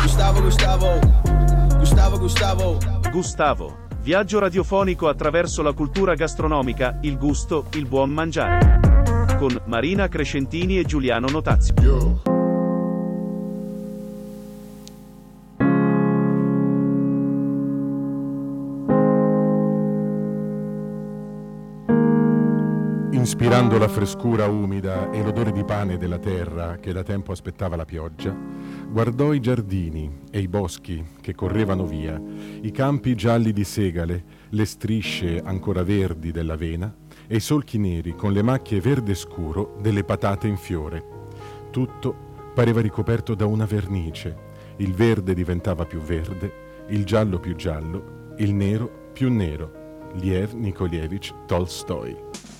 Gustavo, viaggio radiofonico attraverso la cultura gastronomica, il gusto, il buon mangiare. Con Marina Crescentini e Giuliano Notazio. Inspirando la frescura umida e l'odore di pane della terra che da tempo aspettava la pioggia, guardò i giardini e i boschi che correvano via, i campi gialli di segale, le strisce ancora verdi dell'avena e i solchi neri con le macchie verde scuro delle patate in fiore. Tutto pareva ricoperto da una vernice. Il verde diventava più verde, il giallo più giallo, il nero più nero. Lev Nikolievich Tolstoi.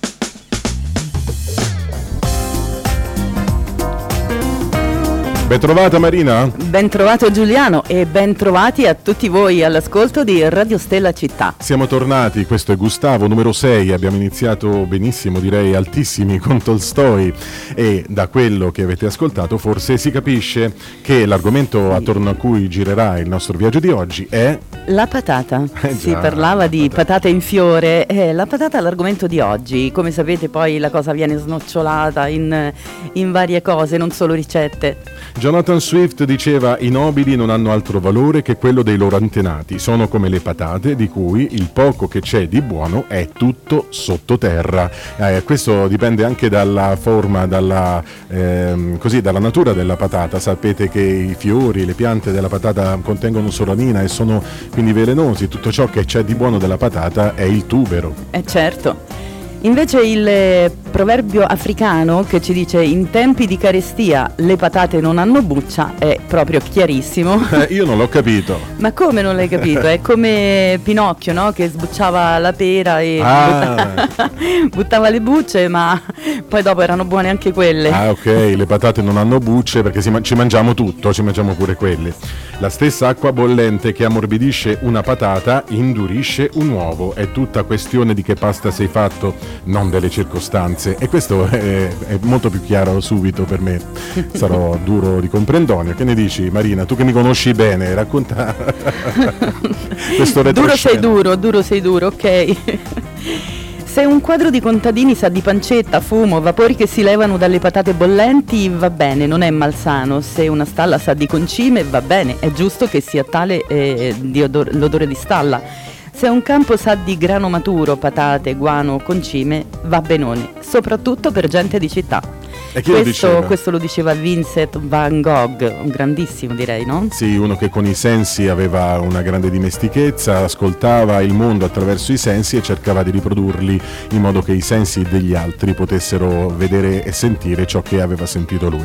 Ben trovata Marina. Ben trovato Giuliano e ben trovati a tutti voi all'ascolto di Radio Stella Città. Siamo tornati, questo è Gustavo, numero 6, abbiamo iniziato benissimo, direi altissimi con Tolstoi e da quello che avete ascoltato forse si capisce che l'argomento attorno a cui girerà il nostro viaggio di oggi è... La patata. Si parlava di patate in fiore, la patata è l'argomento di oggi. Come sapete poi la cosa viene snocciolata in varie cose, non solo ricette. Jonathan Swift diceva: i nobili non hanno altro valore che quello dei loro antenati, sono come le patate di cui il poco che c'è di buono è tutto sottoterra. Questo dipende anche dalla forma, dalla natura della patata. Sapete che i fiori, le piante della patata contengono solanina e sono quindi velenosi. Tutto ciò che c'è di buono della patata è il tubero. Certo. Invece il proverbio africano che ci dice in tempi di carestia le patate non hanno buccia è proprio chiarissimo. Io non l'ho capito. Ma come non l'hai capito? È come Pinocchio, no? Che sbucciava la pera e buttava le bucce, ma poi dopo erano buone anche quelle. Ah, ok, le patate non hanno bucce perché ci mangiamo tutto, ci mangiamo pure quelle. La stessa acqua bollente che ammorbidisce una patata indurisce un uovo. È tutta questione di che pasta sei fatto, non delle circostanze. E questo è molto più chiaro subito per me. Sarò duro di comprendonio. Che ne dici Marina? Tu che mi conosci bene, racconta questo retroscena. Duro sei duro, ok. Se un quadro di contadini sa di pancetta, fumo, vapori che si levano dalle patate bollenti, va bene, non è malsano. Se una stalla sa di concime, va bene, è giusto che sia tale l'odore di stalla. Se un campo sa di grano maturo, patate, guano, concime, va benone, soprattutto per gente di città. E chi lo diceva? Questo lo diceva Vincent van Gogh, un grandissimo direi, no? Sì, uno che con i sensi aveva una grande dimestichezza, ascoltava il mondo attraverso i sensi e cercava di riprodurli in modo che i sensi degli altri potessero vedere e sentire ciò che aveva sentito lui.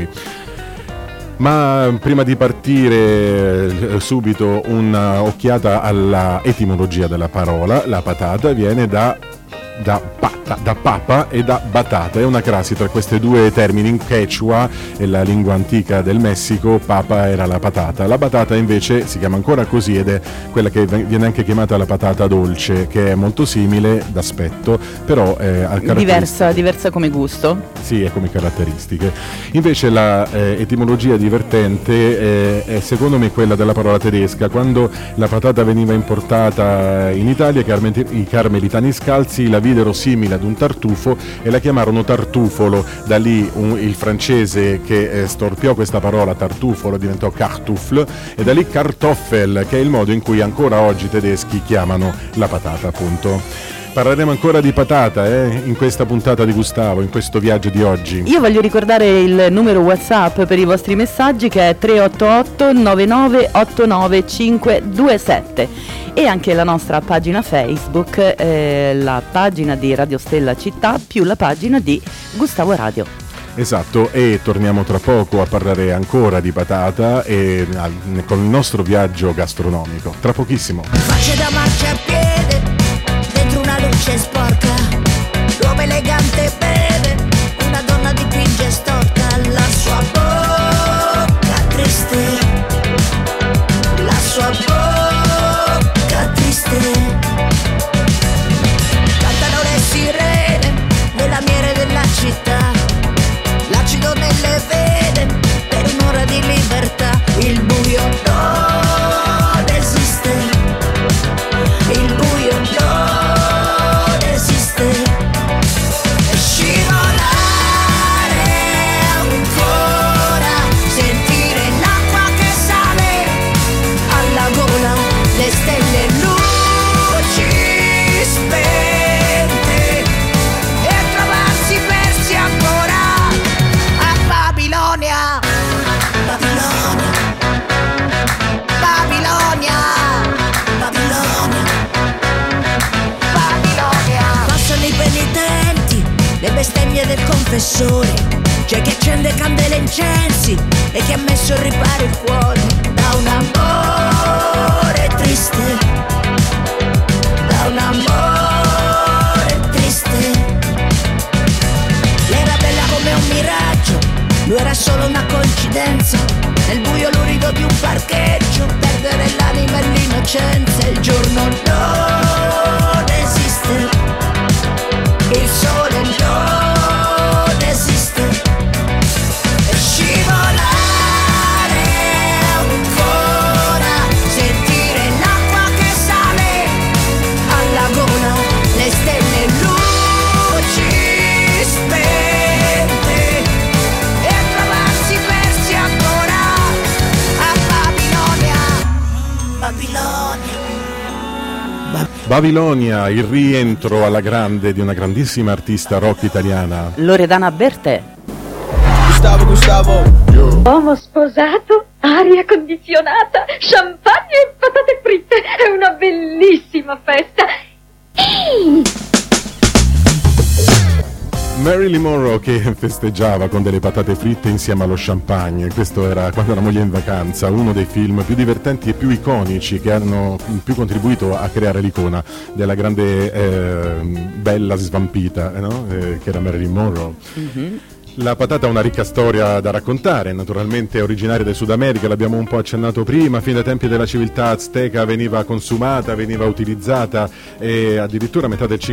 Ma prima di partire subito un'occhiata alla etimologia della parola. La patata viene da papa e da batata, è una crasi tra questi due termini. In Quechua, la lingua antica del Messico, papa era la patata, la batata invece si chiama ancora così ed è quella che viene anche chiamata la patata dolce, che è molto simile d'aspetto, però ha diversa come gusto. Sì, e come caratteristiche. Invece la etimologia divertente è secondo me quella della parola tedesca. Quando la patata veniva importata in Italia, i carmelitani scalzi la videro simile ad un tartufo e la chiamarono tartufolo. Da lì il francese che storpiò questa parola tartufolo diventò Kartoffel, e da lì Kartoffel, che è il modo in cui ancora oggi i tedeschi chiamano la patata, appunto. Parleremo ancora di patata in questa puntata di Gustavo, in questo viaggio di oggi. Io voglio ricordare il numero WhatsApp per i vostri messaggi, che è 388 9989 527, e anche la nostra pagina Facebook, la pagina di Radio Stella Città più la pagina di Gustavo Radio. Esatto, e torniamo tra poco a parlare ancora di patata con il nostro viaggio gastronomico. Tra pochissimo. Facce da marciapiede dentro una luce sporca, l'uomo elegante beve, una donna dipinge storta, la sua bocca triste, la sua bocca triste. Cantano le sirene nella miele della città, l'acido nelle vene per un'ora di libertà, il buio no. professori, c'è chi accende candele e incensi e chi ha messo in riparo il cuore da un amore triste, da un amore triste. Lei era bella come un miraggio, lui era solo una coincidenza, nel buio lurido di un parcheggio, perdere l'anima e l'innocenza. Il giorno non esiste, il sole non esiste, e scivolare ancora, sentire l'acqua che sale alla gola, le stelle luci spente, e trovarsi persi ancora a Babilonia. Babilonia, il rientro alla grande di una grandissima artista rock italiana. Loredana Bertè. Gustavo. Uomo sposato, aria condizionata, champagne e patate fritte. È una bellissima festa. Marilyn Monroe che festeggiava con delle patate fritte insieme allo champagne. Questo era Quando la moglie è in vacanza, uno dei film più divertenti e più iconici che hanno più contribuito a creare l'icona della grande bella svampita, no? Che era Marilyn Monroe. Mm-hmm. La patata ha una ricca storia da raccontare, naturalmente è originaria del Sud America, l'abbiamo un po' accennato prima, fin dai tempi della civiltà azteca veniva consumata, veniva utilizzata e addirittura a metà del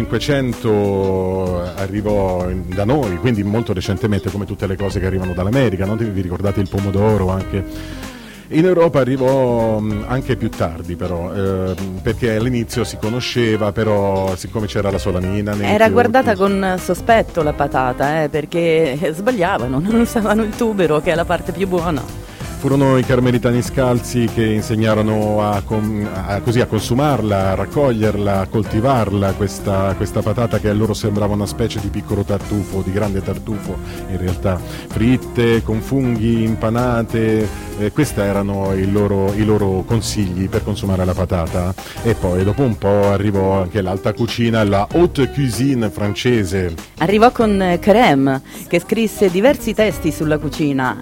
500 arrivò da noi, quindi molto recentemente, come tutte le cose che arrivano dall'America, no? Vi ricordate il pomodoro anche? In Europa arrivò anche più tardi però, perché all'inizio si conosceva, però siccome c'era la solanina... Era guardata con sospetto la patata, perché sbagliavano, non usavano il tubero che è la parte più buona. Furono i carmelitani scalzi che insegnarono a consumarla, a raccoglierla, a coltivarla, questa patata che a loro sembrava una specie di piccolo tartufo, di grande tartufo, in realtà fritte, con funghi, impanate, questi erano i loro consigli per consumare la patata. E poi dopo un po' arrivò anche l'alta cucina, la haute cuisine francese. Arrivò con Carême, che scrisse diversi testi sulla cucina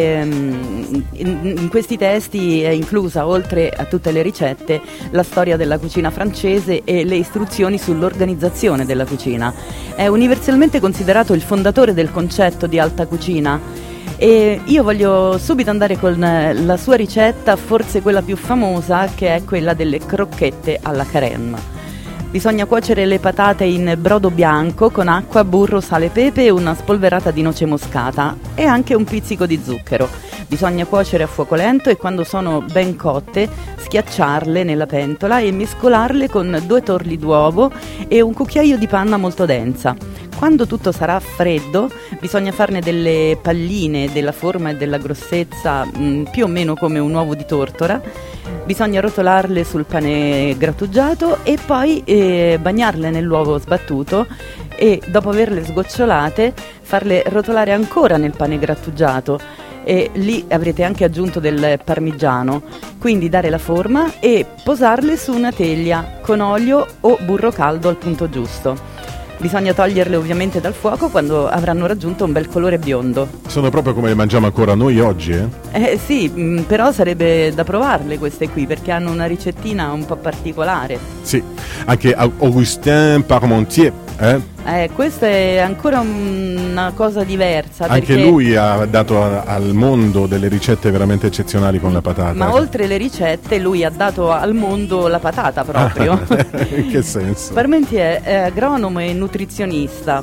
e in questi testi è inclusa, oltre a tutte le ricette, la storia della cucina francese e le istruzioni sull'organizzazione della cucina. È universalmente considerato il fondatore del concetto di alta cucina e io voglio subito andare con la sua ricetta, forse quella più famosa, che è quella delle crocchette alla Carême. Bisogna cuocere le patate in brodo bianco con acqua, burro, sale e pepe e una spolverata di noce moscata e anche un pizzico di zucchero. Bisogna cuocere a fuoco lento e quando sono ben cotte schiacciarle nella pentola e mescolarle con 2 torli d'uovo e un cucchiaio di panna molto densa. Quando tutto sarà freddo bisogna farne delle palline della forma e della grossezza più o meno come un uovo di tortora. Bisogna rotolarle sul pane grattugiato e poi bagnarle nell'uovo sbattuto e dopo averle sgocciolate farle rotolare ancora nel pane grattugiato e lì avrete anche aggiunto del parmigiano, quindi dare la forma e posarle su una teglia con olio o burro caldo al punto giusto. Bisogna toglierle ovviamente dal fuoco quando avranno raggiunto un bel colore biondo. Sono proprio come le mangiamo ancora noi oggi, sì, però sarebbe da provarle queste qui perché hanno una ricettina un po' particolare. Sì, anche Augustin Parmentier, questa è ancora una cosa diversa. Anche perché lui ha dato al mondo delle ricette veramente eccezionali con la patata. Ma oltre le ricette lui ha dato al mondo la patata proprio. In che senso? Parmentier è agronomo e nutrizionista.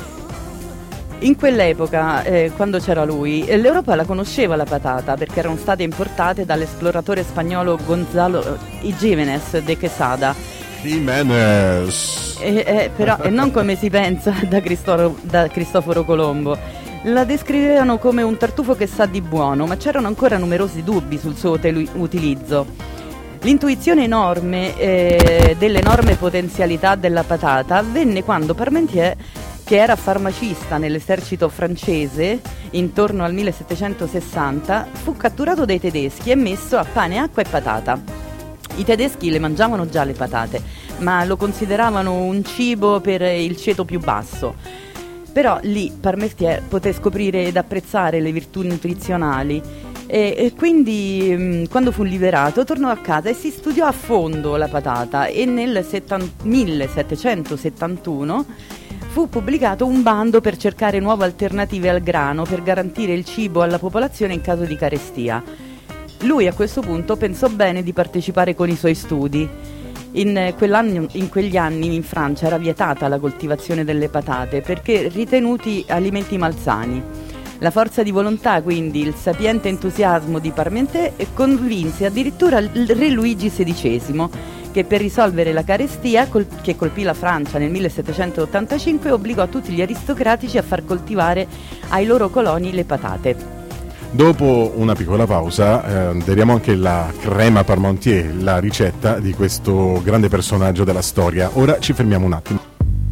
In quell'epoca, quando c'era lui, l'Europa la conosceva la patata perché erano state importate dall'esploratore spagnolo Gonzalo Jiménez de Quesada. Però non come si pensa da Cristoforo Colombo. La descrivevano come un tartufo che sa di buono, ma c'erano ancora numerosi dubbi sul suo utilizzo. L'intuizione enorme dell'enorme potenzialità della patata avvenne quando Parmentier, che era farmacista nell'esercito francese intorno al 1760, fu catturato dai tedeschi e messo a pane, acqua e patata. I tedeschi le mangiavano già le patate, ma lo consideravano un cibo per il ceto più basso. Però lì Parmentier poté scoprire ed apprezzare le virtù nutrizionali e quindi quando fu liberato tornò a casa e si studiò a fondo la patata, e nel 1771 fu pubblicato un bando per cercare nuove alternative al grano per garantire il cibo alla popolazione in caso di carestia. Lui a questo punto pensò bene di partecipare con i suoi studi. In quegli anni in Francia era vietata la coltivazione delle patate perché ritenuti alimenti malsani. La forza di volontà, quindi il sapiente entusiasmo di Parmentier, convinse addirittura il re Luigi XVI, che per risolvere la carestia che colpì la Francia nel 1785 obbligò tutti gli aristocratici a far coltivare ai loro coloni le patate. Dopo una piccola pausa diamo anche la crema Parmentier, la ricetta di questo grande personaggio della storia. Ora ci fermiamo un attimo.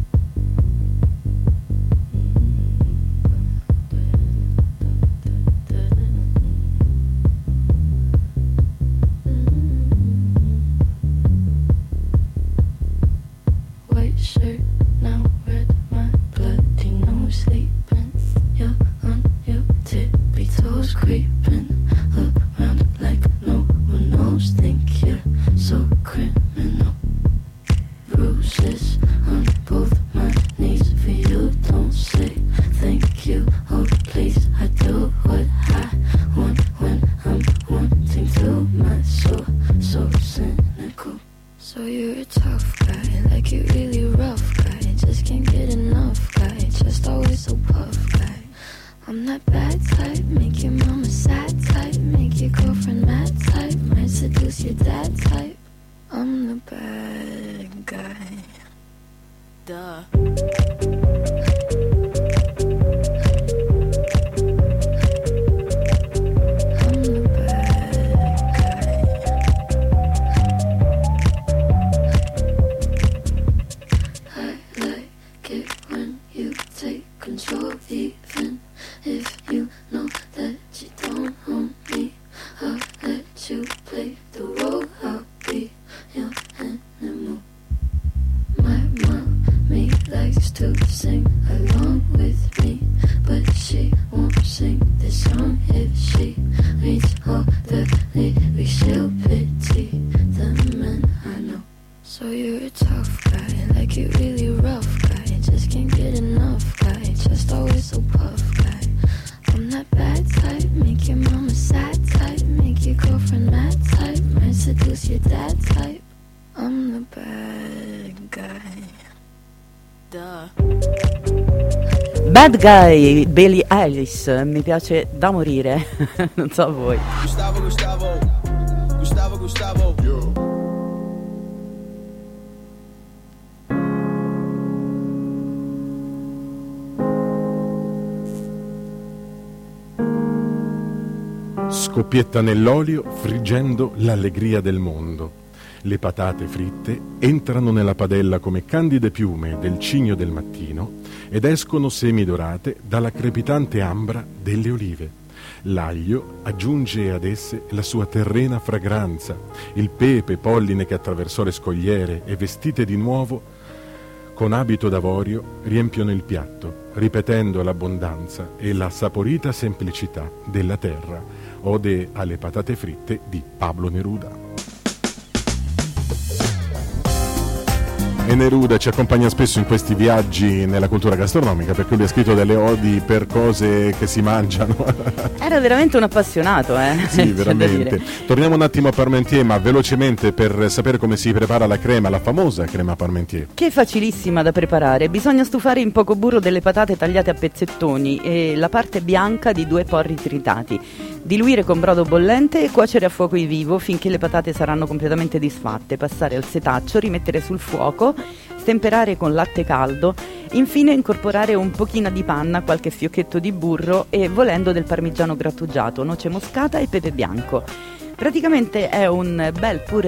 Bad Guy, Billie Eilish, mi piace da morire, non so a voi. Gustavo. Scoppietta nell'olio, friggendo l'allegria del mondo. Le patate fritte entrano nella padella come candide piume del cigno del mattino ed escono semidorate dalla crepitante ambra delle olive. L'aglio aggiunge ad esse la sua terrena fragranza, il pepe polline che attraversò le scogliere e vestite di nuovo con abito d'avorio riempiono il piatto, ripetendo l'abbondanza e la saporita semplicità della terra. Ode alle patate fritte di Pablo Neruda. E Neruda ci accompagna spesso in questi viaggi nella cultura gastronomica, perché lui ha scritto delle odi per cose che si mangiano. Era veramente un appassionato, Sì, veramente. Torniamo un attimo a Parmentier, ma velocemente, per sapere come si prepara la crema, la famosa crema Parmentier. Che è facilissima da preparare. Bisogna stufare in poco burro delle patate tagliate a pezzettoni e la parte bianca di 2 porri tritati. Diluire con brodo bollente e cuocere a fuoco vivo finché le patate saranno completamente disfatte. Passare al setaccio, rimettere sul fuoco, stemperare con latte caldo, infine incorporare un pochino di panna, qualche fiocchetto di burro e, volendo, del parmigiano grattugiato, noce moscata e pepe bianco. Praticamente è un bel purè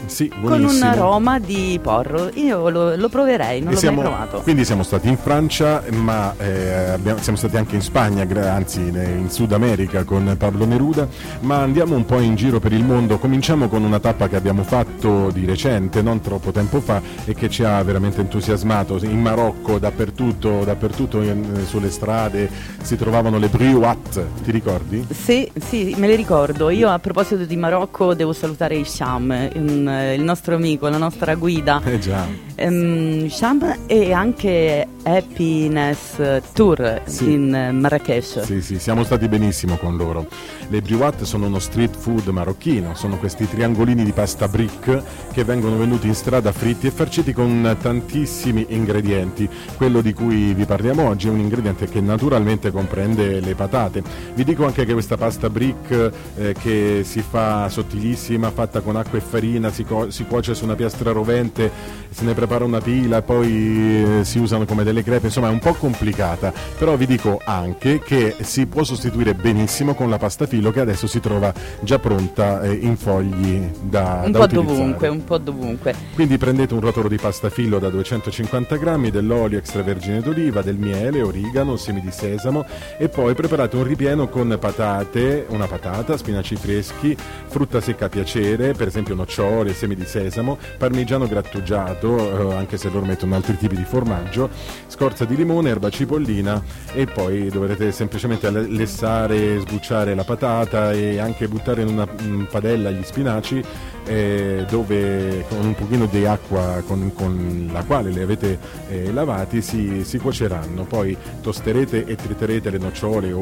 Sì, con buonissimo. un aroma di porro. Io lo proverei, non l'ho mai provato. Quindi siamo stati in Francia, ma siamo stati anche in Spagna, anzi in Sud America con Pablo Neruda, ma andiamo un po' in giro per il mondo. Cominciamo con una tappa che abbiamo fatto di recente, non troppo tempo fa, e che ci ha veramente entusiasmato. In Marocco, dappertutto sulle strade si trovavano le briouat, ti ricordi? Sì, me le ricordo. Io a proposito di Marocco devo salutare Hicham, il nostro amico, la nostra guida. Già. Hicham, e anche Happiness Tour in Marrakech. Sì, siamo stati benissimo con loro. Le briouat sono uno street food marocchino, sono questi triangolini di pasta brick che vengono venduti in strada fritti e farciti con tantissimi ingredienti. Quello di cui vi parliamo oggi è un ingrediente che naturalmente comprende le patate. Vi dico anche che questa pasta brick che si fa sottilissima, fatta con acqua e farina, si cuoce su una piastra rovente, se ne prepara una pila e poi si usano come delle crepe, insomma è un po' complicata, però vi dico anche che si può sostituire benissimo con la pasta filo, che adesso si trova già pronta in fogli da utilizzare. Un po' dovunque. Quindi prendete un rotolo di pasta filo da 250 grammi, dell'olio extravergine d'oliva, del miele, origano, semi di sesamo, e poi preparate un ripieno con patate, una patata, spinaci freschi, frutta secca a piacere, per esempio nocciole, semi di sesamo, parmigiano grattugiato, anche se loro mettono altri tipi di formaggio, scorza di limone, erba cipollina, e poi dovrete semplicemente lessare, sbucciare la patata e anche buttare in una padella gli spinaci, dove con un pochino di acqua con la quale li avete lavati si cuoceranno. Poi tosterete e triterete le nocciole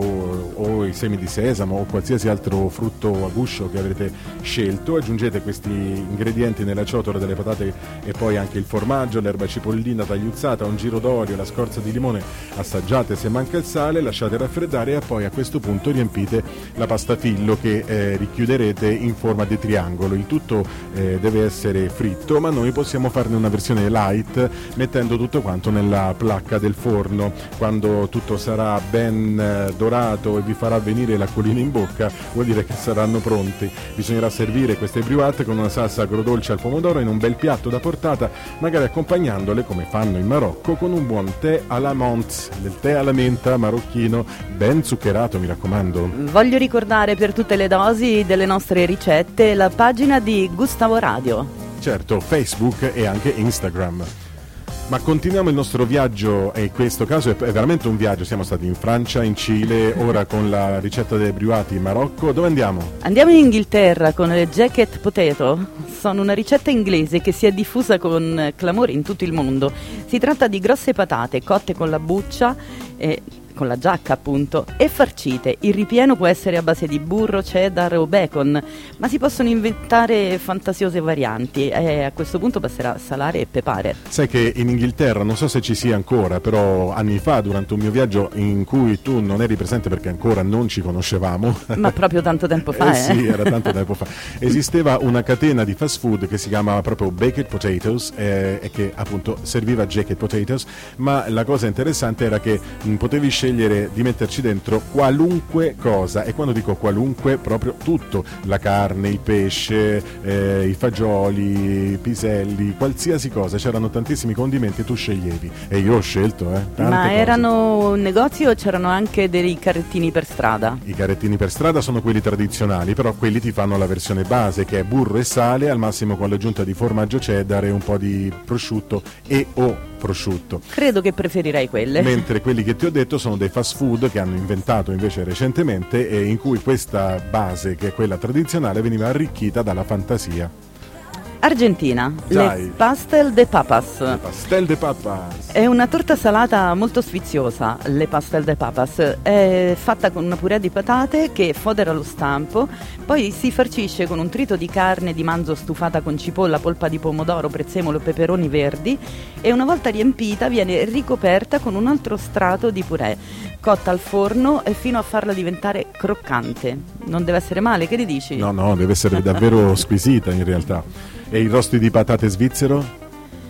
o i semi di sesamo o qualsiasi altro frutto a guscio che avrete scelto. Aggiungete questi ingredienti nella ciotola delle patate e poi anche il formaggio, l'erba cipollina tagliuzzata, un giro d'olio, la scorza di limone, assaggiate se manca il sale, lasciate raffreddare e poi a questo punto riempite la pasta fillo che richiuderete in forma di triangolo. Il tutto deve essere fritto, ma noi possiamo farne una versione light mettendo tutto quanto nella placca del forno. Quando tutto sarà ben dorato e vi farà venire l'acquolina in bocca, vuol dire che saranno pronti. Bisognerà servire queste briouat con una salsa agrodolce al pomodoro in un bel piatto da portata, magari accompagnandole, come fanno in Marocco, con un buon tè alla menthe, del tè alla menta marocchino, ben zuccherato, mi raccomando. Voglio ricordare per tutte le dosi delle nostre ricette la pagina di Gustavo Radio. Certo, Facebook e anche Instagram. Ma continuiamo il nostro viaggio, e in questo caso è veramente un viaggio. Siamo stati in Francia, in Cile, ora con la ricetta delle briouat in Marocco. Dove andiamo? Andiamo in Inghilterra con le jacket potato. Sono una ricetta inglese che si è diffusa con clamore in tutto il mondo. Si tratta di grosse patate cotte con la buccia e con la giacca appunto, e farcite. Il ripieno può essere a base di burro, cheddar o bacon, ma si possono inventare fantasiose varianti, e a questo punto basterà salare e pepare. Sai che in Inghilterra, non so se ci sia ancora, però anni fa durante un mio viaggio in cui tu non eri presente perché ancora non ci conoscevamo, ma proprio tanto tempo fa, sì, era tanto tempo fa, esisteva una catena di fast food che si chiamava proprio Baked Potatoes, e che appunto serviva jacket potatoes, ma la cosa interessante era che potevi scegliere di metterci dentro qualunque cosa, e quando dico qualunque proprio tutto: la carne, il pesce, i fagioli, i piselli, qualsiasi cosa. C'erano tantissimi condimenti, tu sceglievi, e io ho scelto tante ma cose. Erano un negozio o c'erano anche dei carrettini per strada? I carrettini per strada sono quelli tradizionali, però quelli ti fanno la versione base, che è burro e sale, al massimo con l'aggiunta di formaggio cheddar e un po' di prosciutto o prosciutto. Credo che preferirei quelle. Mentre quelli che ti ho detto sono dei fast food che hanno inventato invece recentemente, e in cui questa base, che è quella tradizionale, veniva arricchita dalla fantasia. Argentina, Dai. le pastel de papas. Le pastel de papas. È una torta salata molto sfiziosa, le pastel de papas. È fatta con una purea di patate che fodera allo stampo, poi si farcisce con un trito di carne di manzo stufata con cipolla, polpa di pomodoro, prezzemolo e peperoni verdi, e una volta riempita viene ricoperta con un altro strato di purè, cotta al forno e fino a farla diventare croccante. Non deve essere male, che ne dici? No, deve essere davvero squisita in realtà. E il rosti di patate svizzero?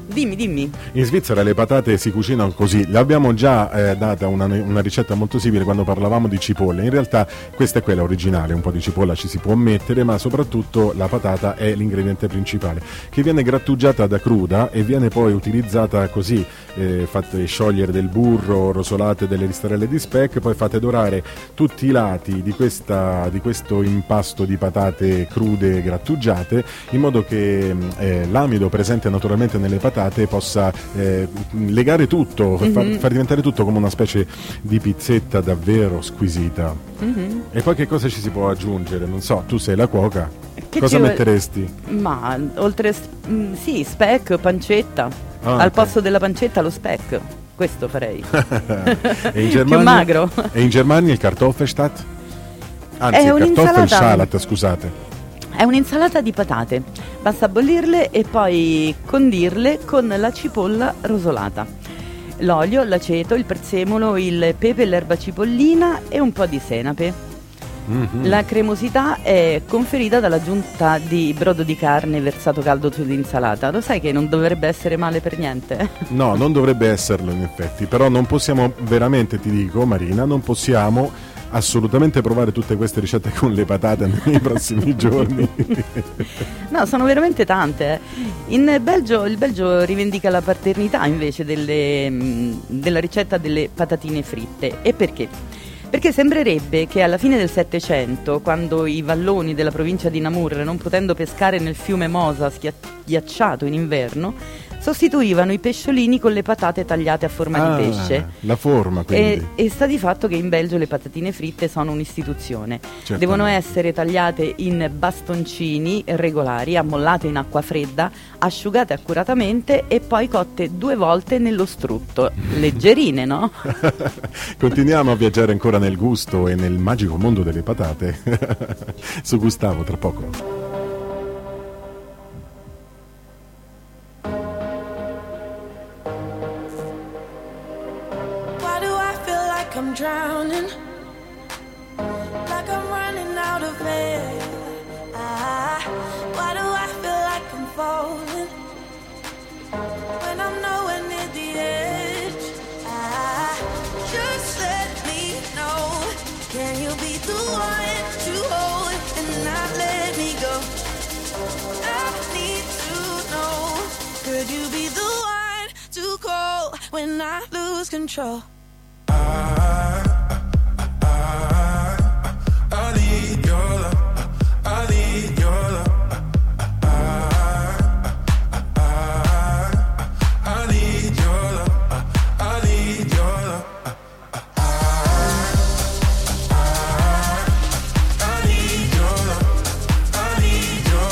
Dimmi. In Svizzera le patate si cucinano così, l'abbiamo già data una ricetta molto simile quando parlavamo di cipolle. In realtà questa è quella originale, un po' di cipolla ci si può mettere, ma soprattutto la patata è l'ingrediente principale, che viene grattugiata da cruda e viene poi utilizzata così, fate sciogliere del burro, rosolate delle listarelle di speck, poi fate dorare tutti i lati di questo impasto di patate crude grattugiate, in modo che l'amido presente naturalmente nelle patate possa legare tutto, far diventare tutto come una specie di pizzetta davvero squisita. E poi che cosa ci si può aggiungere? Non so, tu sei la cuoca, cosa metteresti? Ma oltre sì, speck, pancetta, al posto della pancetta lo speck, questo farei. E in Germania, più magro. E in Germania il Kartoffelsalat? Anzi, il Kartoffelsalat, scusate. È un'insalata di patate, basta bollirle e poi condirle con la cipolla rosolata, l'olio, l'aceto, il prezzemolo, il pepe e l'erba cipollina e un po' di senape. La cremosità è conferita dall'aggiunta di brodo di carne versato caldo sull'insalata. Lo sai che non dovrebbe essere male per niente? No, non dovrebbe esserlo in effetti, però non possiamo veramente, ti dico Marina, non possiamo assolutamente provare tutte queste ricette con le patate nei prossimi giorni. No, sono veramente tante. In Belgio, il Belgio rivendica la paternità invece della ricetta delle patatine fritte. E perché? Perché sembrerebbe che alla fine del Settecento, quando i valloni della provincia di Namur, non potendo pescare nel fiume Mosa ghiacciato in inverno, sostituivano i pesciolini con le patate tagliate a forma di pesce. La forma, quindi. E sta di fatto che in Belgio le patatine fritte sono un'istituzione. Devono essere tagliate in bastoncini regolari, ammollate in acqua fredda, asciugate accuratamente e poi cotte 2 volte nello strutto. Leggerine, no? Continuiamo a viaggiare ancora nel gusto e nel magico mondo delle patate. Su Gustavo, tra poco. I'm drowning, like I'm running out of air. Why do I feel like I'm falling when I'm nowhere near the edge? Just let me know, can you be the one to hold and not let me go? I need to know, could you be the one to call when I lose control? I need your love. I need your love. I need your love. I need your love. I need your love. I need your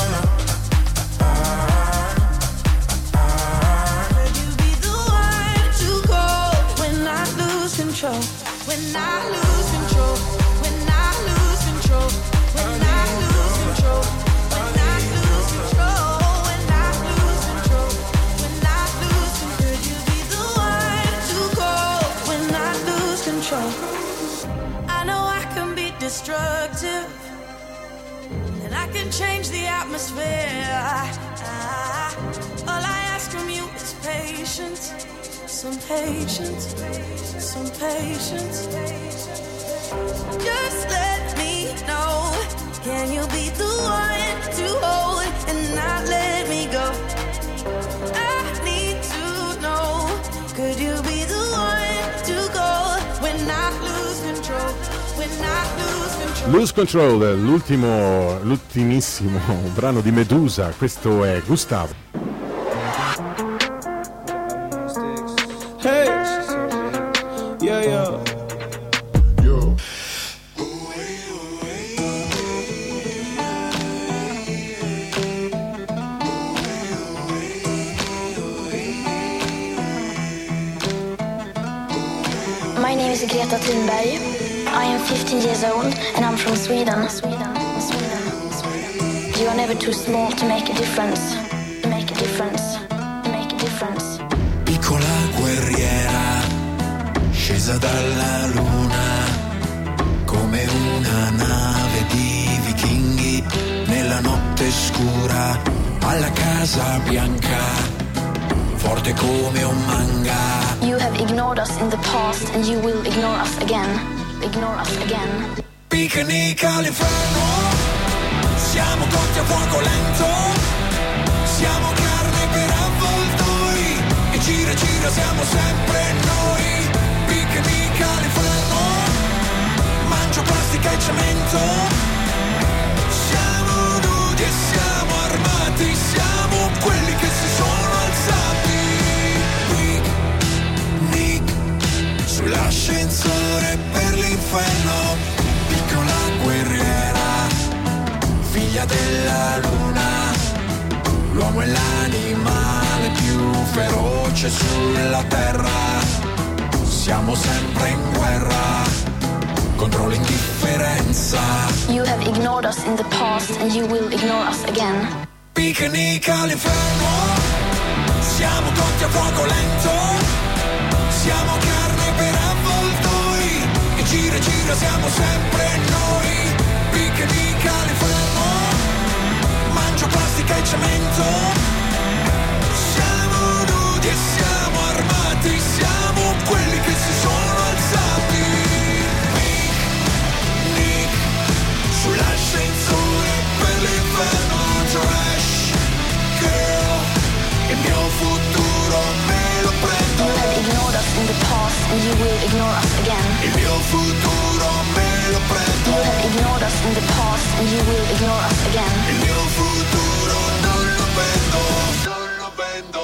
love. Could you be the one to call when I lose control? When I lose control, when I lose control, when I lose control, when I lose control, when I lose control, when I lose control. Could you be the one to call when I lose control? I know I can be destructive, and I can change the atmosphere. All I ask from you is patience. Some patience, some patience. Just let me know, can you be the one to hold and not let me go? I need to know, could you be the one to go when I lose control? When I lose control. Lose Control, l'ultimissimo brano di Medusa, questo è Gustavo. Hey, yeah, yeah. Yo. My name is Greta Thunberg. I am 15 years old and I'm from Sweden. You are never too small to make a difference. Make a difference. Make a difference. Piccola guerriera, scesa dalla luna, come una nave di vichinghi, nella notte scura, alla Casa Bianca, forte come un manga. You have ignored us in the past and you will ignore us again. Ignore us again. Picnic all'inferno, siamo cotti a fuoco lento, siamo carne per avvoltoi, e gira gira siamo sempre noi. Picnic all'inferno, mangio plastica e cemento, siamo nudi e siamo armati, siamo quelli che si sono alzati. Picnic sull'ascensore per l'inferno, piccola guerriera, figlia della luna, l'uomo è l'animale più feroce sulla terra, siamo sempre in guerra contro l'indifferenza. You have ignored us in the past and you will ignore us again. Picnic all'inferno, siamo cotti a fuoco lento, siamo carne per avvoltoi, e gira gira siamo sempre noi. Picnic all'inferno, mangio plastica e cemento, siamo nudi e siamo armati, siamo quelli che si sono alzati. Picnic sull'ascensore per l'inferno, trash girl, il mio futuro me lo prendo. You have ignored us in the past and you will ignore us again. Il mio futuro me lo prendo. You have ignored us in the past and you will ignore us again. Il mio futuro non lo vendo, non lo vendo.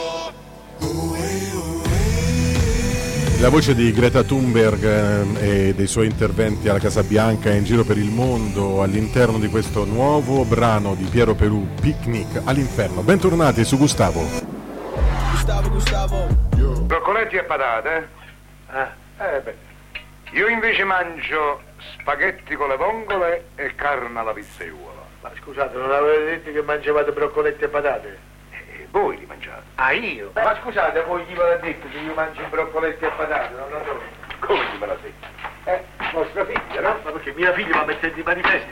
La voce di Greta Thunberg e dei suoi interventi alla Casa Bianca e in giro per il mondo all'interno di questo nuovo brano di Piero Perù, Picnic all'inferno. Bentornati su Gustavo. Gustavo. Broccoletti e patate? Beh. Io invece mangio spaghetti con le vongole e carne alla pizzaiuola. Ma scusate, non avete detto che mangiavate broccoletti e patate? Voi li mangiate? Ah, io? Ma scusate, voi chi ve l'ha detto che io mangio broccoletti e patate? Non lo so. Come chi me l'ha detto? Vostra figlia, no? Ma perché mia figlia mi mette di manifesto.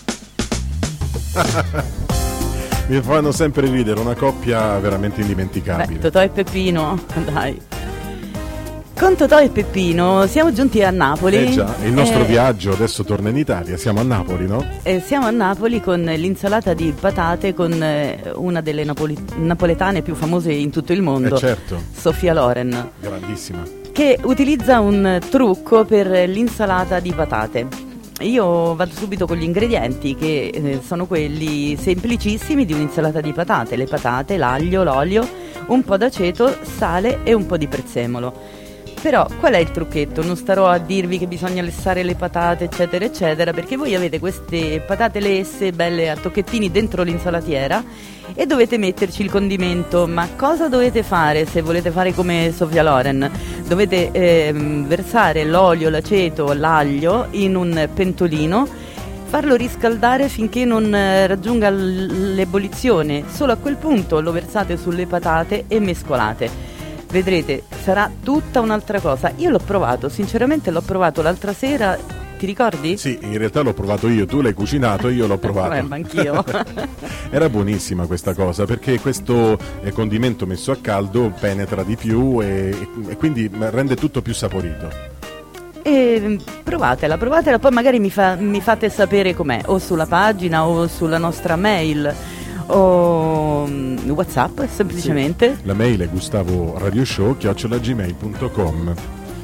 Mi fanno sempre ridere, una coppia veramente indimenticabile. Totò e Peppino, dai. Con Totò e Peppino siamo giunti a Napoli. Già, il nostro viaggio adesso torna in Italia, siamo a Napoli, no? Siamo a Napoli con l'insalata di patate con una delle napoletane più famose in tutto il mondo, certo. Sofia Loren. Grandissima. Che utilizza un trucco per l'insalata di patate. Io vado subito con gli ingredienti che sono quelli semplicissimi di un'insalata di patate: le patate, l'aglio, l'olio, un po' d'aceto, sale e un po' di prezzemolo. Però qual è il trucchetto? Non starò a dirvi che bisogna lessare le patate eccetera eccetera, perché voi avete queste patate lesse belle a tocchettini dentro l'insalatiera e dovete metterci il condimento. Ma cosa dovete fare se volete fare come Sofia Loren? Dovete versare l'olio, l'aceto, l'aglio in un pentolino, farlo riscaldare finché non raggiunga l'ebollizione. Solo a quel punto lo versate sulle patate e mescolate. Vedrete, sarà tutta un'altra cosa. Io l'ho provato, sinceramente l'ho provato l'altra sera, ti ricordi? Sì, in realtà l'ho provato io, tu l'hai cucinato, io l'ho provato. Ma anch'io. Era buonissima questa cosa, perché questo condimento messo a caldo penetra di più e quindi rende tutto più saporito. E provatela, poi magari mi fate sapere com'è, o sulla pagina o sulla nostra mail o WhatsApp semplicemente. Sì. La mail è gustavoradioshow@gmail.com.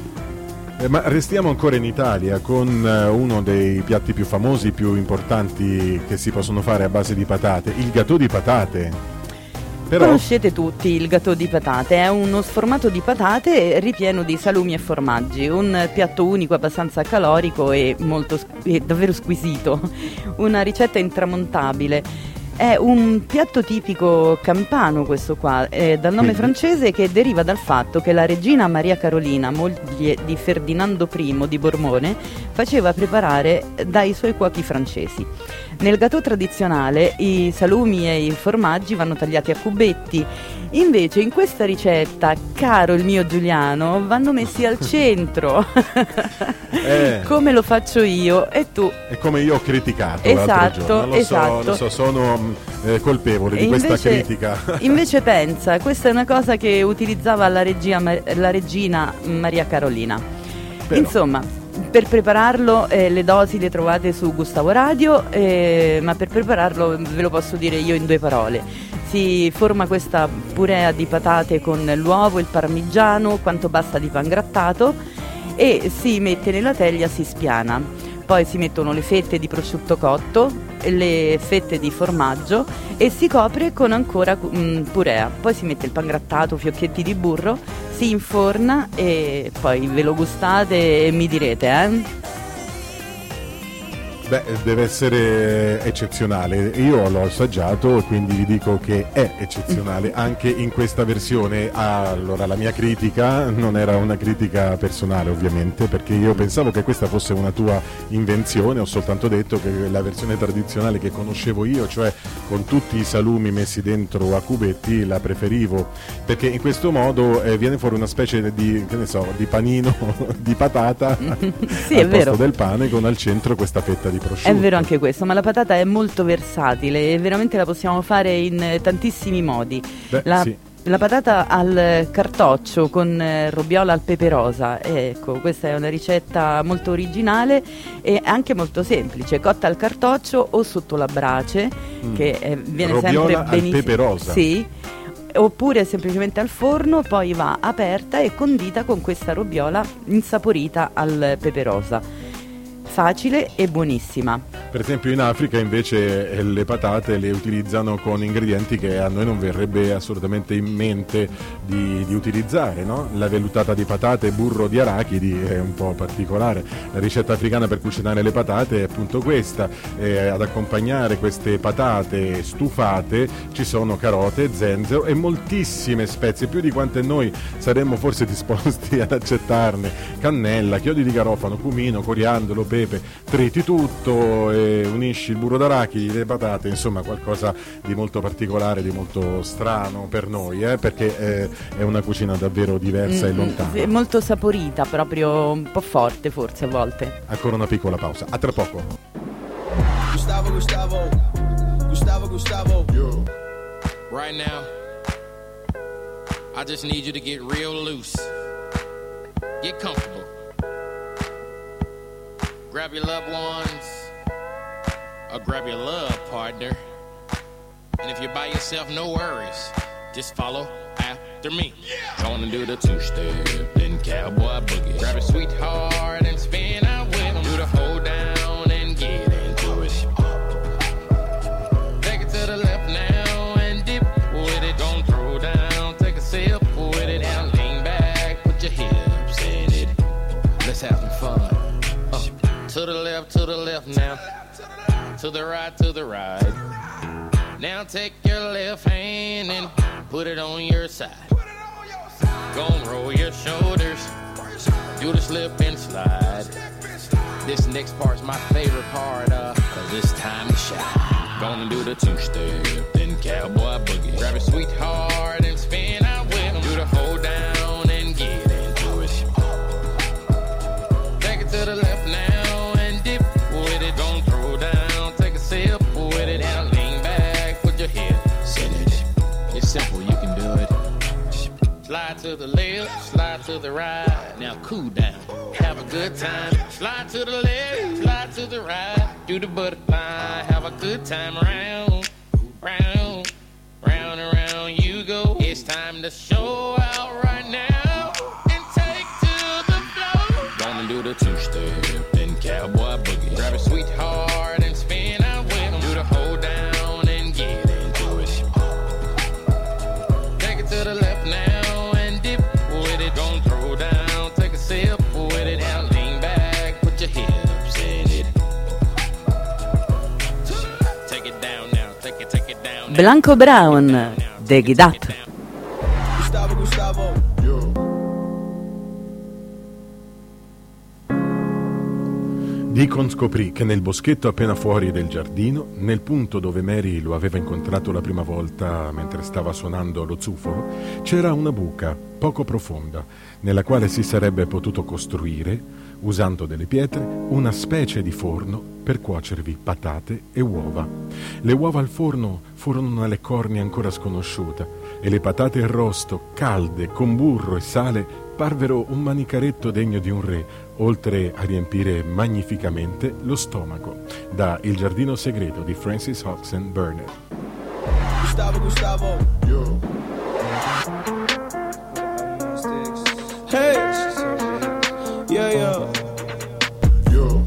Ma restiamo ancora in Italia con uno dei piatti più famosi, più importanti che si possono fare a base di patate, il gâteau di patate. Però... Conoscete tutti il gâteau di patate, è uno sformato di patate ripieno di salumi e formaggi, un piatto unico abbastanza calorico e davvero squisito, una ricetta intramontabile. È un piatto tipico campano questo qua, dal nome francese che deriva dal fatto che la regina Maria Carolina, moglie di Ferdinando I di Borbone, faceva preparare dai suoi cuochi francesi. Nel gâteau tradizionale i salumi e i formaggi vanno tagliati a cubetti, invece in questa ricetta, caro il mio Giuliano, vanno messi al centro, come lo faccio io e tu. E come io ho criticato esatto, l'altro giorno. Lo so, sono colpevole di questa critica. Invece pensa, questa è una cosa che utilizzava la regina Maria Carolina. Però. Insomma, per prepararlo le dosi le trovate su Gustavo Radio, ma per prepararlo ve lo posso dire io in 2 parole. Si forma questa purea di patate con l'uovo, il parmigiano, quanto basta di pangrattato, e si mette nella teglia, si spiana. Poi si mettono le fette di prosciutto cotto, le fette di formaggio e si copre con ancora purea. Poi si mette il pangrattato, fiocchetti di burro, si inforna e poi ve lo gustate e mi direte, Beh, deve essere eccezionale. Io l'ho assaggiato e quindi vi dico che è eccezionale anche in questa versione. Allora, la mia critica non era una critica personale, ovviamente, perché io pensavo che questa fosse una tua invenzione. Ho soltanto detto che la versione tradizionale che conoscevo io, cioè con tutti i salumi messi dentro a cubetti, la preferivo, perché in questo modo viene fuori una specie di, che ne so, di panino di patata sì, al è vero, posto del pane, con al centro questa fetta di prosciutto. È vero anche questo, ma la patata è molto versatile e veramente la possiamo fare in tantissimi modi. Beh, sì. La patata al cartoccio con robiola al pepe rosa, ecco, questa è una ricetta molto originale e anche molto semplice, cotta al cartoccio o sotto la brace, che viene robiola sempre benissimo. al pepe rosa. Sì. Oppure semplicemente al forno, poi va aperta e condita con questa robiola insaporita al pepe rosa. Facile e buonissima. Per esempio in Africa invece le patate le utilizzano con ingredienti che a noi non verrebbe assolutamente in mente di utilizzare, no? La vellutata di patate e burro di arachidi è un po' particolare. La ricetta africana per cucinare le patate è appunto questa. Ad accompagnare queste patate stufate ci sono carote, zenzero e moltissime spezie, più di quante noi saremmo forse disposti ad accettarne. Cannella, chiodi di garofano, cumino, coriandolo, pepe. Triti tutto e unisci il burro d'arachidi, le patate, insomma qualcosa di molto particolare, di molto strano per noi, perché è una cucina davvero diversa e lontana. È molto saporita, proprio un po' forte forse a volte. Ancora una piccola pausa, a tra poco. Gustavo. Yo. Right now, I just need you to get real loose. Get comfortable. Grab your loved ones, or grab your love partner. And if you're by yourself, no worries. Just follow after me. Gonna do the two-step, then cowboy boogie. Grab a sweetheart and spin out with 'em. Do the hold down and get into it. Take it to the left now and dip with it. Don't throw down, take a sip with it. Now lean back, put your hips in it. Let's have some fun. To the left now. To the right. Now take your left hand and put it on your side. Gonna roll your shoulders. Do the slip and slide. This next part's my favorite part, cause it's time to shine. Gonna do the two-step, then cowboy boogie. Grab a sweetheart and spin out with 'em. Do the hold down and get into it. Take it to the left now. Don't throw down, take a sip with it. Now lean back, put your hips in it. It's simple, you can do it. Slide to the left, slide to the right. Now cool down, have a good time. Slide to the left, slide to the right. Do the butterfly, have a good time. Round, round, round and round you go. It's time to show out right now and take to the floor. Gonna do the two-step, then cowboy boogie. Grab a sweetheart and spin out with 'em. Do the hold down and get into it. Take it to the left now and dip with it. Don't throw down, take a sip with it. Now lean back, put your hips in it. Take it down now, take it down now. Blanco Brown, Dig It Up. Gustavo. Deacon scoprì che nel boschetto appena fuori del giardino, nel punto dove Mary lo aveva incontrato la prima volta mentre stava suonando lo zufolo, c'era una buca poco profonda, nella quale si sarebbe potuto costruire usando delle pietre, una specie di forno per cuocervi patate e uova. Le uova al forno furono una leccornia ancora sconosciuta e le patate arrosto, calde, con burro e sale, parvero un manicaretto degno di un re, oltre a riempire magnificamente lo stomaco. Da Il giardino segreto di Francis Hodgson Burnett. Gustavo. Yo. Hey. Yeah. Yo.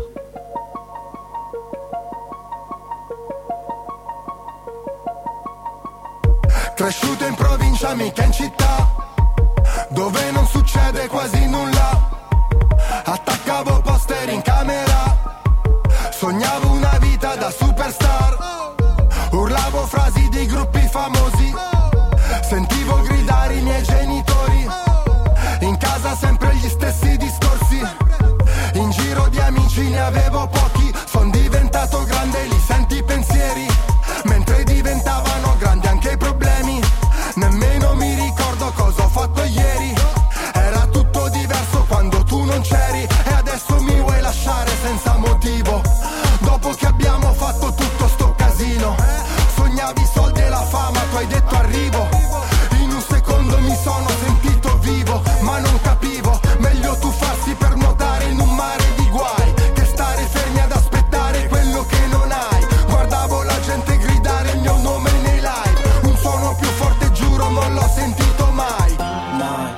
Cresciuto in provincia, mica in città, dove non succede quasi nulla. Attaccavo poster in camera, sognavo una vita da superstar. Urlavo frasi di gruppi famosi, sentivo gridare i miei genitori. In casa sempre gli stessi discorsi, in giro di amici ne avevo pochi. Son diventato grande, li senti i pensieri, mentre diventavano grandi anche i problemi. Nemmeno mi ricordo cosa ho fatto ieri. Era tutto diverso quando tu non c'eri, e adesso mi vuoi lasciare senza motivo. Dopo che abbiamo fatto tutto sto casino, sognavi soldi e la fama, tu hai detto arrivo. In un secondo mi sono sentito vivo, ma non capivo, meglio tuffarsi per nuotare in un mare di guai, che stare fermi ad aspettare quello che non hai. Guardavo la gente gridare il mio nome nei live, un suono più forte giuro non l'ho sentito mai. Mai.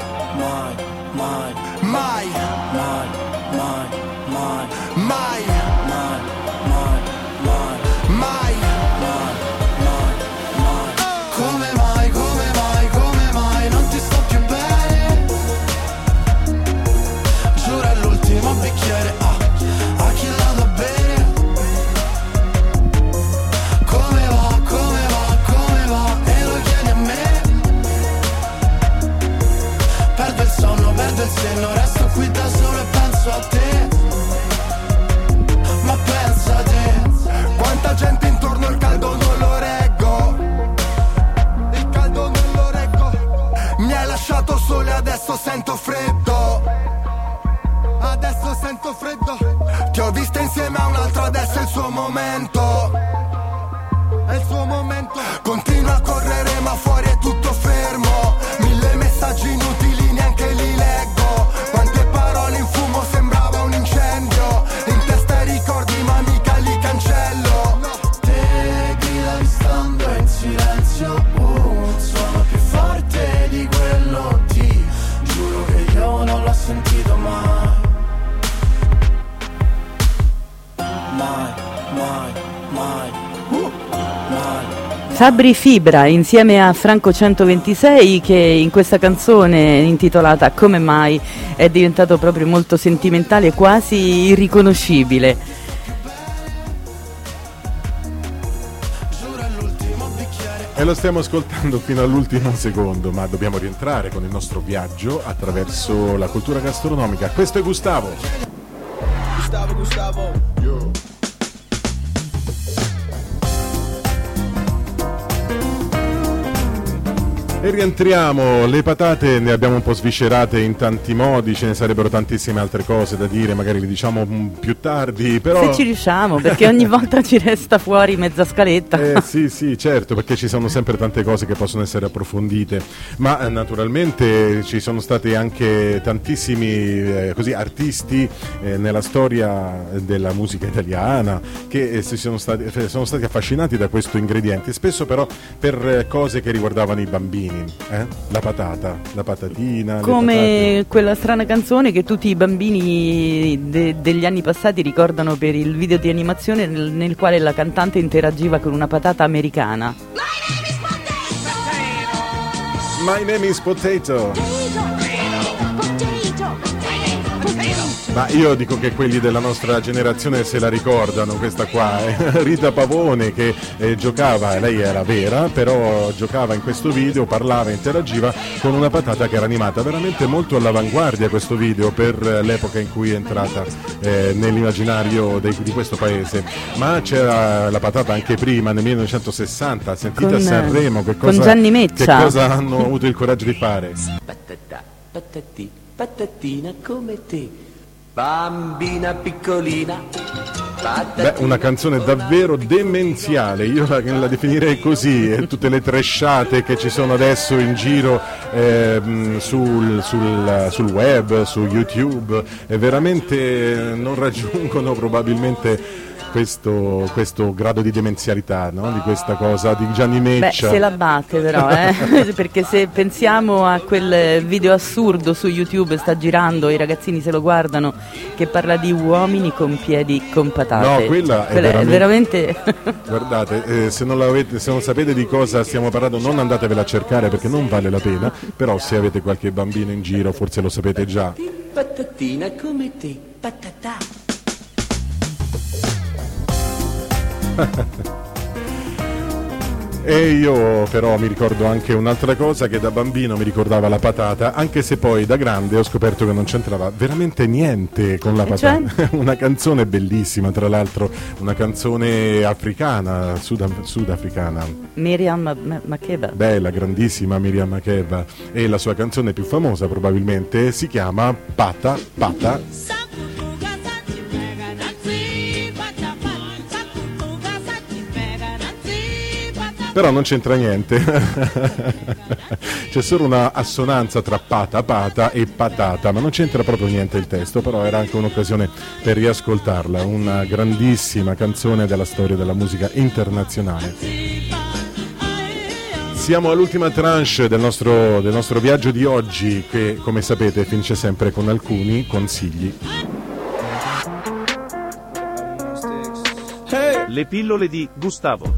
Come mai non ti sto più bene? Giuro è l'ultimo bicchiere, a chi la dà bene? Come va, e lo chiedi a me? Perdo il sonno, perdo il senno, resto qui da solo e penso a te. Ma pensa a te, quanta gente intorno, il caldo non lo reggo. Il caldo non lo reggo. Mi hai lasciato solo e adesso sento freddo. Adesso sento freddo. Ti ho vista insieme a un altro, adesso è il suo momento. È il suo momento. Continua a correre ma fuori è tutto fermo. 1000 messaggi inutili, neanche li leggo. Quante parole in fumo, sembrava un incendio. In testa i ricordi ma mica li cancello. Te gridavi stando in silenzio, un suono più forte di quello. Ti giuro che io non l'ho sentito mai. Mai. Fabri Fibra insieme a Franco 126, che in questa canzone intitolata Come mai è diventato proprio molto sentimentale e quasi irriconoscibile. E lo stiamo ascoltando fino all'ultimo secondo, ma dobbiamo rientrare con il nostro viaggio attraverso la cultura gastronomica. Questo è Gustavo. Yo. E rientriamo, le patate ne abbiamo un po' sviscerate in tanti modi, ce ne sarebbero tantissime altre cose da dire, magari le diciamo più tardi, però... Se ci riusciamo, perché ogni volta ci resta fuori mezza scaletta. Sì, certo, perché ci sono sempre tante cose che possono essere approfondite, ma naturalmente ci sono stati anche tantissimi così artisti nella storia della musica italiana che sono stati affascinati da questo ingrediente, spesso però per cose che riguardavano i bambini. La patata, la patatina, come quella strana canzone che tutti i bambini degli anni passati ricordano per il video di animazione nel quale la cantante interagiva con una patata americana. My name is Potato. Ma io dico che quelli della nostra generazione se la ricordano questa qua, Rita Pavone che giocava, lei era vera, però giocava in questo video, parlava, interagiva con una patata che era animata, veramente molto all'avanguardia questo video per l'epoca in cui è entrata nell'immaginario di questo paese. Ma c'era la patata anche prima, nel 1960, sentita a Sanremo, con Gianni Meccia. Che cosa hanno avuto il coraggio di fare? Patatina come te. Bambina piccolina. Beh, una canzone davvero demenziale, io la definirei così, e tutte le tresciate che ci sono adesso in giro sul web, su YouTube, veramente non raggiungono probabilmente questo grado di demenzialità, no? Di questa cosa di Gianni Meccia. Beh, se la batte però, perché se pensiamo a quel video assurdo su YouTube, sta girando, i ragazzini se lo guardano, che parla di uomini con piedi con patate. No, quella è veramente... Guardate, se non sapete di cosa stiamo parlando, non andatevela a cercare perché non vale la pena, però se avete qualche bambino in giro forse lo sapete già. Patatina come te, patata. E io però mi ricordo anche un'altra cosa che da bambino mi ricordava la patata, anche se poi da grande ho scoperto che non c'entrava veramente niente con la patata. Cioè? Una canzone bellissima, tra l'altro, una canzone africana, sudafricana. Miriam Makeba. Bella, grandissima Miriam Makeba, e la sua canzone più famosa probabilmente si chiama Pata Pata. Però non c'entra niente, c'è solo una assonanza tra pata pata e patata, ma non c'entra proprio niente il testo, però era anche un'occasione per riascoltarla, una grandissima canzone della storia della musica internazionale. Siamo all'ultima tranche del nostro viaggio di oggi, che come sapete finisce sempre con alcuni consigli. Le pillole di Gustavo.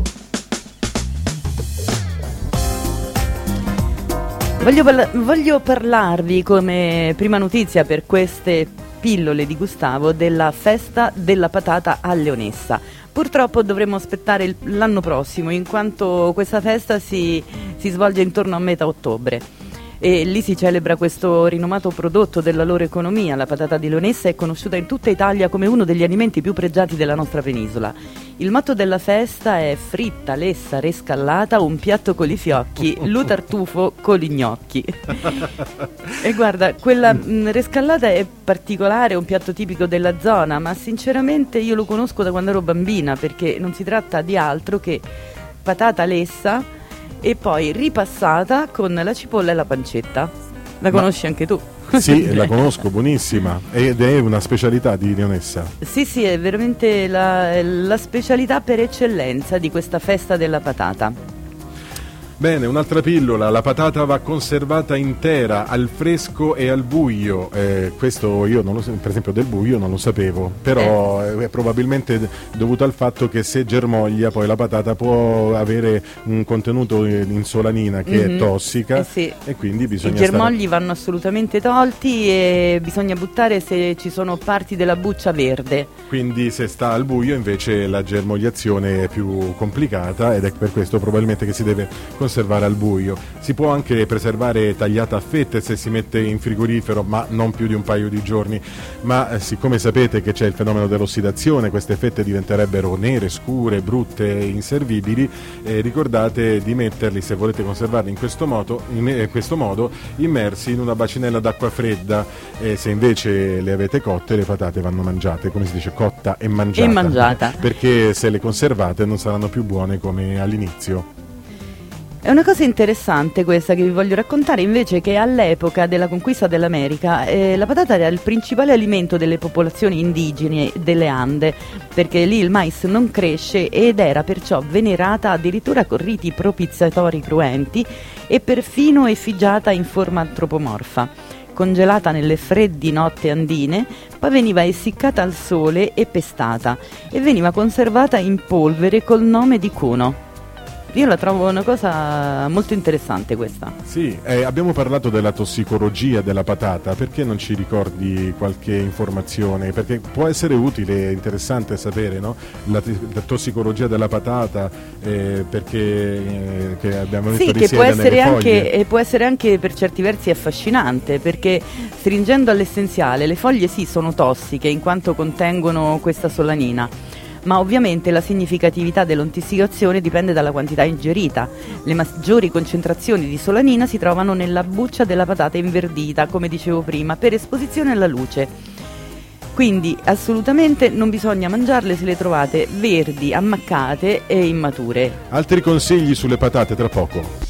Voglio parlarvi come prima notizia per queste pillole di Gustavo della festa della patata a Leonessa. Purtroppo dovremo aspettare l'anno prossimo, in quanto questa festa si svolge intorno a metà ottobre e lì si celebra questo rinomato prodotto della loro economia. La patata di Leonessa è conosciuta in tutta Italia come uno degli alimenti più pregiati della nostra penisola. Il motto della festa è fritta, lessa, rescallata, un piatto con i fiocchi, l'utartufo con gli gnocchi. E guarda, quella rescallata è particolare, è un piatto tipico della zona, ma sinceramente io lo conosco da quando ero bambina, perché non si tratta di altro che patata lessa e poi ripassata con la cipolla e la pancetta. La conosci anche tu? Sì, la conosco, buonissima, ed è una specialità di Leonessa. Sì, è veramente la specialità per eccellenza di questa festa della patata. Bene, un'altra pillola, la patata va conservata intera, al fresco e al buio. Questo io non lo so, per esempio del buio non lo sapevo, però è probabilmente dovuto al fatto che se germoglia poi la patata può avere un contenuto in solanina che è tossica, sì. E quindi bisogna i germogli vanno assolutamente tolti e bisogna buttare se ci sono parti della buccia verde. Quindi se sta al buio invece la germogliazione è più complicata ed è per questo probabilmente che si deve conservare al buio. Si può anche preservare tagliata a fette se si mette in frigorifero, ma non più di un paio di giorni. Ma siccome sapete che c'è il fenomeno dell'ossidazione, queste fette diventerebbero nere, scure, brutte, inservibili. Ricordate di metterli, se volete conservarli in questo modo, immersi in una bacinella d'acqua fredda. Se invece le avete cotte, le patate vanno mangiate, come si dice, cotta e mangiata. Perché se le conservate non saranno più buone come all'inizio. È una cosa interessante questa che vi voglio raccontare, invece, che all'epoca della conquista dell'America la patata era il principale alimento delle popolazioni indigene delle Ande, perché lì il mais non cresce ed era perciò venerata addirittura con riti propiziatori cruenti e perfino effigiata in forma antropomorfa. Congelata nelle freddi notti andine, poi veniva essiccata al sole e pestata e veniva conservata in polvere col nome di cuno. Io la trovo una cosa molto interessante questa. Sì, abbiamo parlato della tossicologia della patata, perché non ci ricordi qualche informazione? Perché può essere utile, interessante sapere, no? La tossicologia della patata, perché che abbiamo visto sì, che può essere anche per certi versi affascinante, perché stringendo all'essenziale le foglie sì sono tossiche in quanto contengono questa solanina. Ma ovviamente la significatività dell'intossicazione dipende dalla quantità ingerita. Le maggiori concentrazioni di solanina si trovano nella buccia della patata inverdita, come dicevo prima, per esposizione alla luce. Quindi assolutamente non bisogna mangiarle se le trovate verdi, ammaccate e immature. Altri consigli sulle patate tra poco.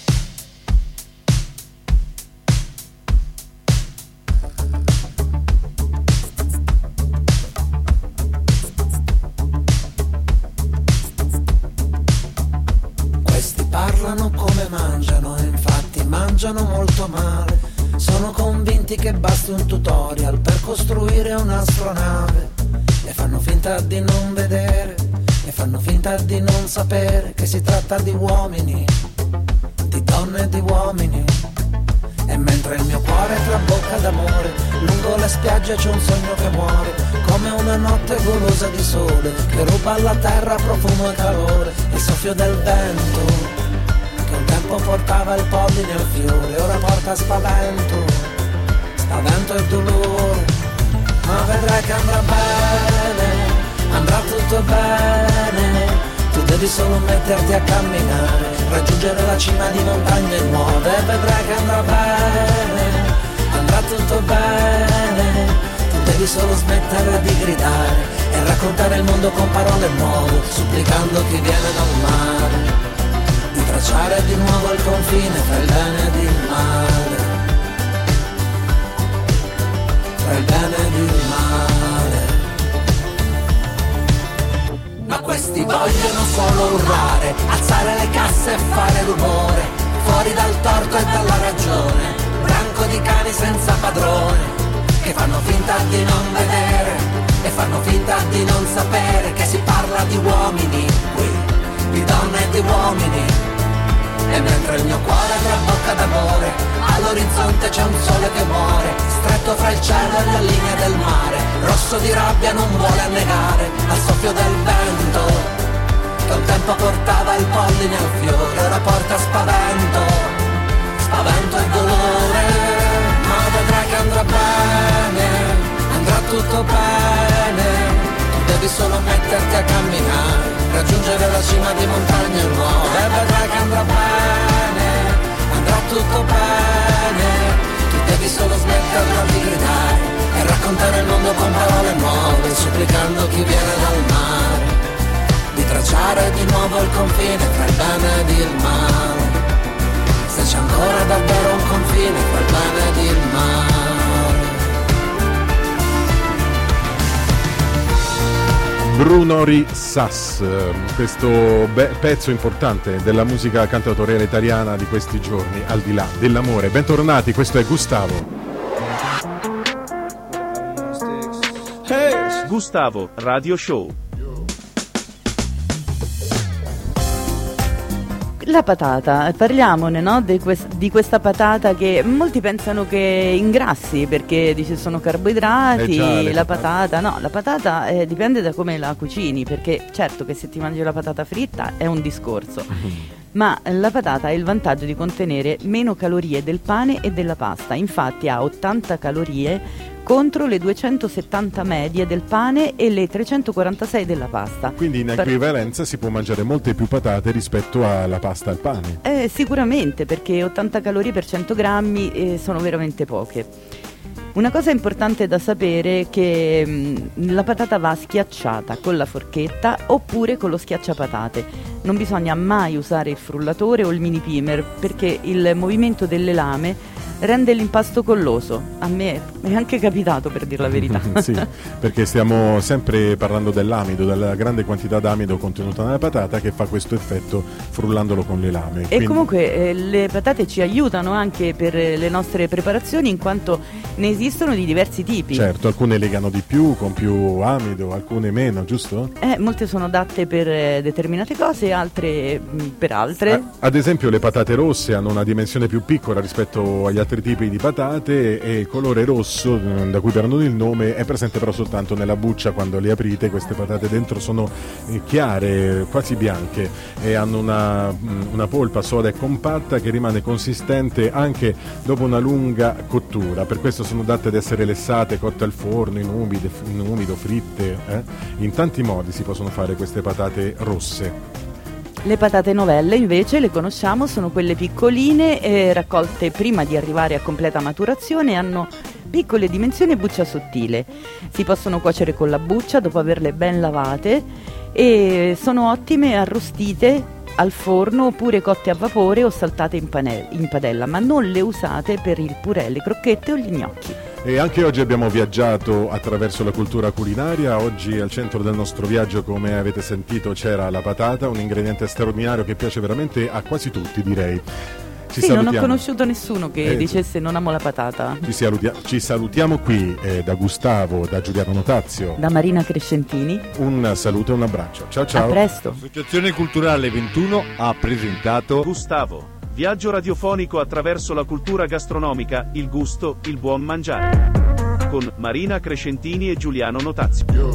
Questi parlano come mangiano, infatti mangiano molto male. Sono convinti che basti un tutorial per costruire un'astronave. E fanno finta di non vedere, e fanno finta di non sapere che si tratta di uomini, di donne e di uomini. E mentre il mio cuore trabocca d'amore, lungo le spiagge c'è un sogno che muore, come una notte golosa di sole, che ruba alla terra profumo e calore. Il soffio del vento, che un tempo portava il polline al fiore, ora porta spavento, spavento e dolore. Ma vedrai che andrà bene, andrà tutto bene. Tu devi solo metterti a camminare, raggiungere la cima di montagne nuove. E vedrai che andrà bene, andrà tutto bene. Tu devi solo smettere di gridare e raccontare il mondo con parole nuove, supplicando chi viene dal mare di tracciare di nuovo il confine tra il bene ed il male, tra il bene ed il male. Ma questi vogliono solo urlare, alzare le casse e fare rumore, fuori dal torto e dalla ragione, branco di cani senza padrone, che fanno finta di non vedere e fanno finta di non sapere che si parla di uomini qui, di donne e di uomini. E mentre il mio cuore trabocca d'amore, all'orizzonte c'è un sole che muore, stretto fra il cielo e la linea del mare, rosso di rabbia non vuole annegare al soffio del vento, che un tempo portava il polline al fiore, ora porta spavento, spavento e dolore. Ma vedrai che andrà bene, andrà tutto bene. Tu devi solo metterti a camminare, raggiungere la cima di montagne nuove. E vedrai che andrà bene, andrà tutto bene. Tu devi solo smetterla di gridare e raccontare il mondo con parole nuove, supplicando chi viene dal mare di tracciare di nuovo il confine tra il bene ed il male, se c'è ancora davvero un confine tra il bene ed il male. Bruno Risas, questo pezzo importante della musica cantautoriale italiana di questi giorni, al di là dell'amore. Bentornati, questo è Gustavo. Gustavo, Radio Show. La patata, parliamone, no? Di questa patata che molti pensano che ingrassi perché dice sono carboidrati, la patata, no, la patata dipende da come la cucini, perché certo che se ti mangi la patata fritta è un discorso, ma la patata ha il vantaggio di contenere meno calorie del pane e della pasta, infatti ha 80 calorie contro le 270 medie del pane e le 346 della pasta. Quindi in equivalenza si può mangiare molte più patate rispetto alla pasta al pane. Sicuramente, perché 80 calorie per 100 grammi sono veramente poche. Una cosa importante da sapere è che la patata va schiacciata con la forchetta oppure con lo schiacciapatate. Non bisogna mai usare il frullatore o il mini primer perché il movimento delle lame rende l'impasto colloso. A me è anche capitato, per dir la verità. Sì, perché stiamo sempre parlando dell'amido, della grande quantità d'amido contenuta nella patata che fa questo effetto frullandolo con le lame. E quindi comunque le patate ci aiutano anche per le nostre preparazioni, in quanto ne esistono di diversi tipi. Certo, alcune legano di più, con più amido, alcune meno, giusto? Molte sono adatte per determinate cose, altre per altre. Ad esempio le patate rosse hanno una dimensione più piccola rispetto agli altri tipi di patate e il colore rosso, da cui prendono il nome, è presente però soltanto nella buccia. Quando le aprite, queste patate dentro sono chiare, quasi bianche, e hanno una polpa soda e compatta che rimane consistente anche dopo una lunga cottura. Per questo sono adatte ad essere lessate, cotte al forno, in umido, fritte. In tanti modi si possono fare queste patate rosse. Le patate novelle invece le conosciamo, sono quelle piccoline, raccolte prima di arrivare a completa maturazione, hanno piccole dimensioni e buccia sottile. Si possono cuocere con la buccia dopo averle ben lavate e sono ottime arrostite al forno oppure cotte a vapore o saltate in padella, ma non le usate per il purè, le crocchette o gli gnocchi. E anche oggi abbiamo viaggiato attraverso la cultura culinaria. Oggi al centro del nostro viaggio, come avete sentito, c'era la patata, un ingrediente straordinario che piace veramente a quasi tutti, direi. Non ho conosciuto nessuno che dicesse non amo la patata. Ci salutiamo qui da Gustavo, da Giuliano Notazio, da Marina Crescentini. Un saluto e un abbraccio. Ciao ciao. A presto. L'associazione culturale 21 ha presentato Gustavo, viaggio radiofonico attraverso la cultura gastronomica, il gusto, il buon mangiare. Con Marina Crescentini e Giuliano Notazio.